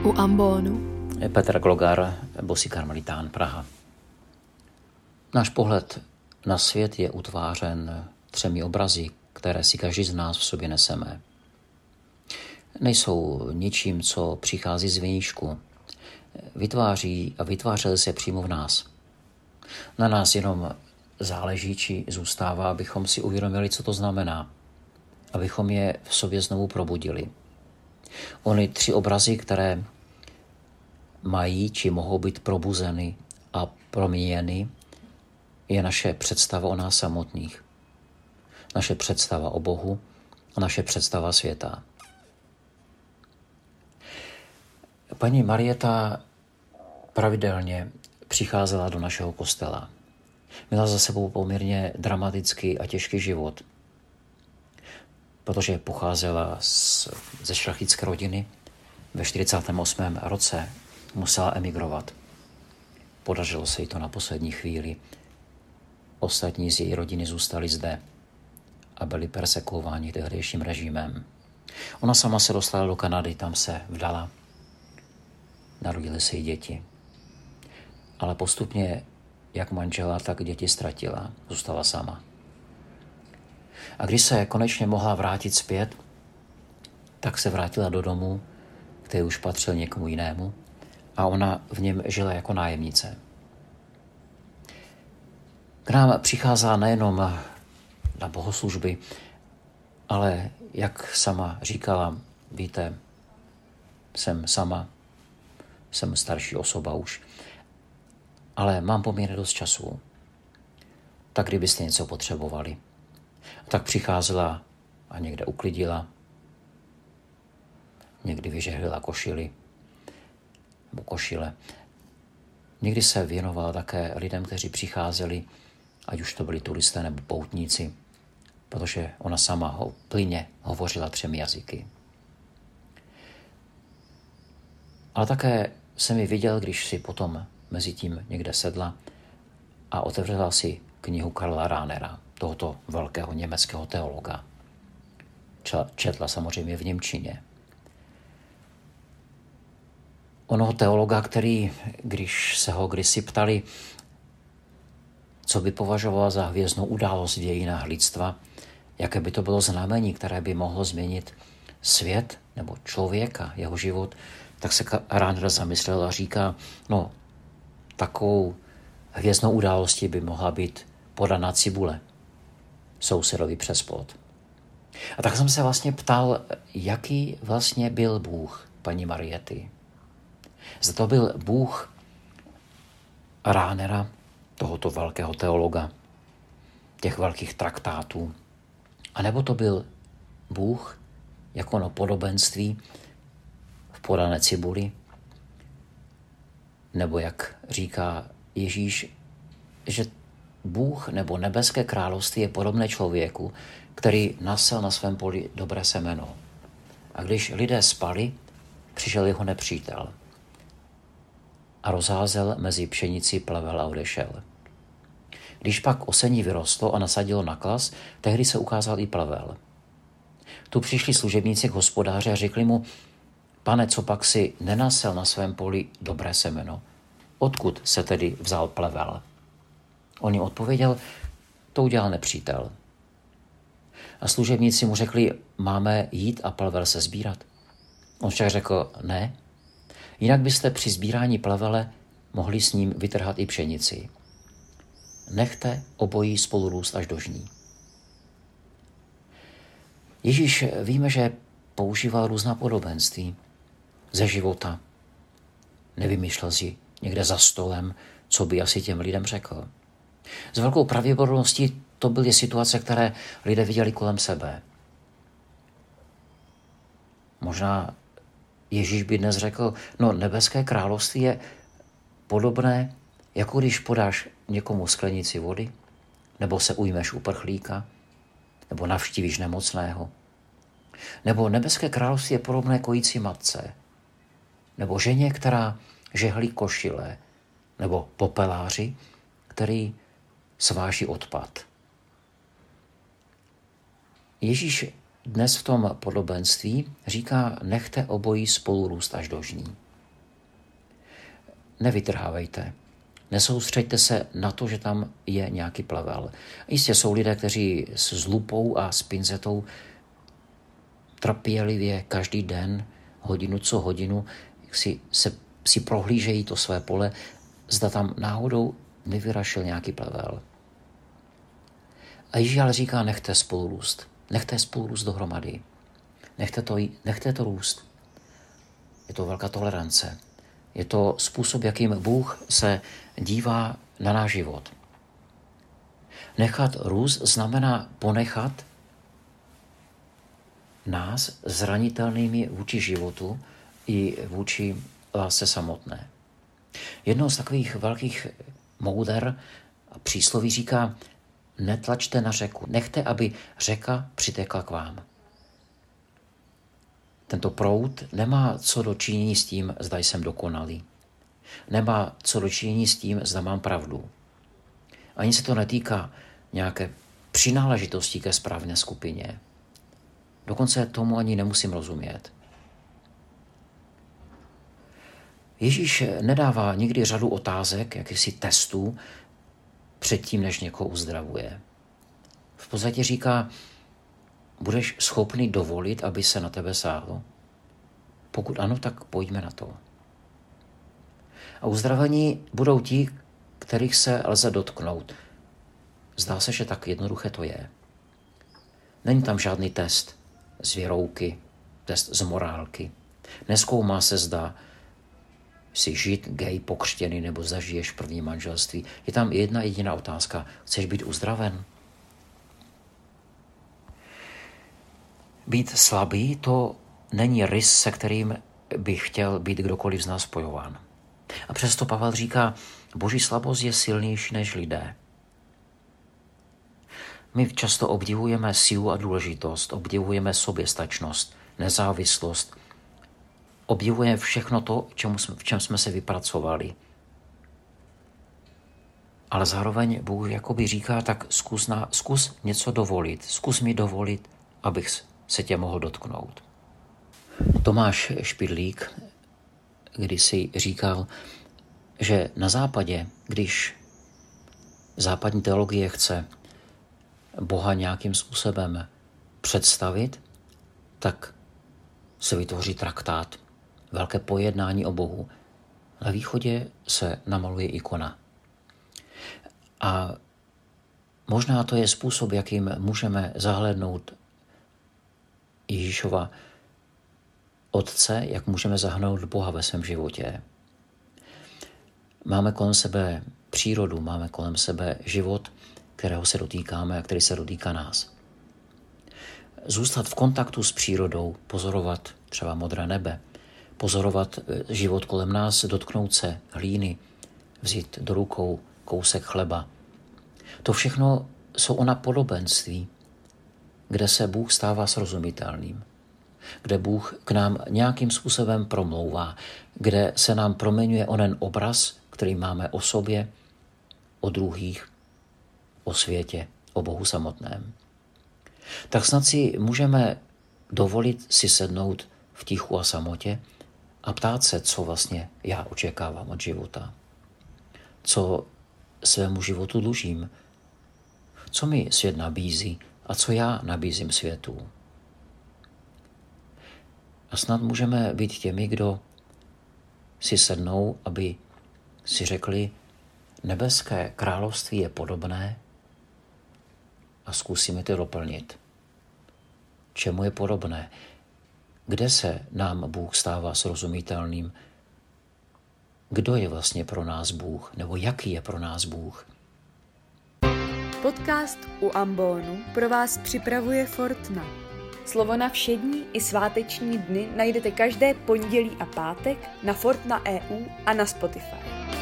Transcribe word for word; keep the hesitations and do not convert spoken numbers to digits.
u ambonu. Petr Glogar, bosý karmelitán, Praha. Náš pohled na svět je utvářen třemi obrazy, které si každý z nás v sobě neseme. Nejsou ničím, co přichází z vnějšku. Vytváří a vytvářely se přímo v nás. Na nás jenom záleží, či zůstává, abychom si uvědomili, co to znamená, abychom je v sobě znovu probudili. Ony tři obrazy, které mají, či mohou být probuzeny a proměněny, je naše představa o nás samotných, naše představa o Bohu a naše představa světa. Paní Marieta pravidelně přicházela do našeho kostela. Měla za sebou poměrně dramatický a těžký život, protože pocházela z, ze šlechtické rodiny. Ve čtyřicátém osmém roce musela emigrovat. Podařilo se jí to na poslední chvíli. Ostatní z její rodiny zůstali zde a byli persekuováni tehdejším režimem. Ona sama se dostala do Kanady, tam se vdala. Narodily se jí děti. Ale postupně jak manžela, tak děti ztratila. Zůstala sama. A když se konečně mohla vrátit zpět, tak se vrátila do domu, který už patřil někomu jinému, a ona v něm žila jako nájemnice. K nám přicházela nejenom na bohoslužby, ale jak sama říkala, víte, jsem sama, jsem starší osoba už, ale mám poměrně dost času. Tak kdybyste něco potřebovali. Tak přicházela a někde uklidila, někdy vyžehlila košily, nebo košile. Někdy se věnovala také lidem, kteří přicházeli, ať už to byli turisté nebo poutníci, protože ona sama ho plynně hovořila třemi jazyky. Ale také jsem ji viděl, když si potom mezi tím někde sedla a otevřela si knihu Karla Rahnera, tohoto velkého německého teologa. Četla samozřejmě v němčině. Onoho teologa, který, když se ho kdysi ptali, co by považoval za hvězdnou událost v dějinách lidstva, jaké by to bylo znamení, které by mohlo změnit svět nebo člověka, jeho život, tak se Rahner zamyslel a říká, no, takovou hvězdnou událostí by mohla být podaná cibule sousedovi přes plot. A tak jsem se vlastně ptal, jaký vlastně byl Bůh paní Mariety. Zda to byl Bůh Rahnera, tohoto velkého teologa, těch velkých traktátů, anebo to byl Bůh jako ono podobenství v podané cibuli, nebo jak říká Ježíš, že Bůh nebo nebeské království je podobné člověku, který nasel na svém poli dobré semeno. A když lidé spali, přišel jeho nepřítel a rozházel mezi pšenici plevel a odešel. Když pak osení vyrostlo a nasadilo na klas, tehdy se ukázal i plevel. Tu přišli služebníci k hospodáři a řekli mu, pane, co pak si nenasel na svém poli dobré semeno? Odkud se tedy vzal plevel? On jim odpověděl, to udělal nepřítel. A služebníci mu řekli, máme jít a plevel se sbírat. On však řekl, ne, jinak byste při sbírání plevele mohli s ním vytrhat i pšenici. Nechte obojí spolu růst až do žní. Ježíš víme, že používal různá podobenství ze života. Nevymýšlel si někde za stolem, co by asi těm lidem řekl. S velkou pravděpodobností to byly situace, které lidé viděli kolem sebe. Možná Ježíš by dnes řekl, no nebeské království je podobné, jako když podáš někomu sklenici vody, nebo se ujmeš uprchlíka, nebo navštívíš nemocného. Nebo nebeské království je podobné kojící matce, nebo ženě, která žehlí košile, nebo popeláři, který sváží odpad. Ježíš dnes v tom podobenství říká, nechte obojí spolu růst až do žní. nevytrhávejte. Nesoustřeďte se na to, že tam je nějaký plevel. Jistě jsou lidé, kteří s lupou a s pinzetou trpělivě každý den, hodinu co hodinu, si, se, si prohlížejí to své pole, zda tam náhodou nevyrašil nějaký plevel. A Ježíš ale říká, nechte spolu růst. Nechte spolu růst dohromady. Nechte to, nechte to růst. Je to velká tolerance. Je to způsob, jakým Bůh se dívá na náš život. Nechat růst znamená ponechat nás zranitelnými vůči životu i vůči lásce samotné. Jedno z takových velkých mouder a přísloví říká, netlačte na řeku, nechte, aby řeka přitekla k vám. Tento proud nemá co do činění s tím, zda jsem dokonalý. Nemá co do činění s tím, zda mám pravdu. Ani se to netýká nějaké přináležitosti ke správné skupině. Dokonce tomu ani nemusím rozumět. Ježíš nedává nikdy řadu otázek, jakýchsi testů, předtím, než někoho uzdravuje. V podstatě říká, budeš schopný dovolit, aby se na tebe sáhlo? Pokud ano, tak pojďme na to. A uzdravení budou ti, kterých se lze dotknout. Zdá se, že tak jednoduché to je. Není tam žádný test z věrouky, test z morálky. Nezkoumá se, zda jsi žid, gay, pokřtěný nebo zažiješ v prvním manželství. Je tam jedna jediná otázka. Chceš být uzdraven? Být slabý, to není rys, se kterým by chtěl být kdokoliv z nás spojován. A přesto Pavel říká, boží slabost je silnější než lidé. My často obdivujeme sílu a důležitost, obdivujeme soběstačnost, nezávislost, obdivujeme všechno to, čemu jsme, v čem jsme se vypracovali. Ale zároveň Bůh jakoby říká, tak zkus, na, zkus něco dovolit, zkus mi dovolit, abych se tě mohl dotknout. Tomáš Špidlík kdysi říkal, že na západě, když západní teologie chce Boha nějakým způsobem představit, tak se vytvoří traktát, velké pojednání o Bohu. Na východě se namaluje ikona. A možná to je způsob, jakým můžeme zahlédnout Ježíšova Otce, jak můžeme zahnout Boha ve svém životě. Máme kolem sebe přírodu, máme kolem sebe život, kterého se dotýkáme a který se dotýká nás. Zůstat v kontaktu s přírodou, pozorovat třeba modré nebe, pozorovat život kolem nás, dotknout se hlíny, vzít do rukou kousek chleba. To všechno jsou ona podobenství, kde se Bůh stává srozumitelným, kde Bůh k nám nějakým způsobem promlouvá, kde se nám proměňuje onen obraz, který máme o sobě, o druhých, o světě, o Bohu samotném. Tak snad si můžeme dovolit si sednout v tichu a samotě a ptát se, co vlastně já očekávám od života. Co svému životu dlužím, co mi svět nabízí a co já nabízím světu. A snad můžeme být těmi, kdo si sednou, aby si řekli, nebeské království je podobné a zkusíme to doplnit. Čemu je podobné? Kde se nám Bůh stává srozumitelným? Kdo je vlastně pro nás Bůh? Nebo jaký je pro nás Bůh? Podcast u ambonu pro vás připravuje Fortna. Slovo na všední i sváteční dny najdete každé pondělí a pátek na Fortna tečka e u a na Spotify.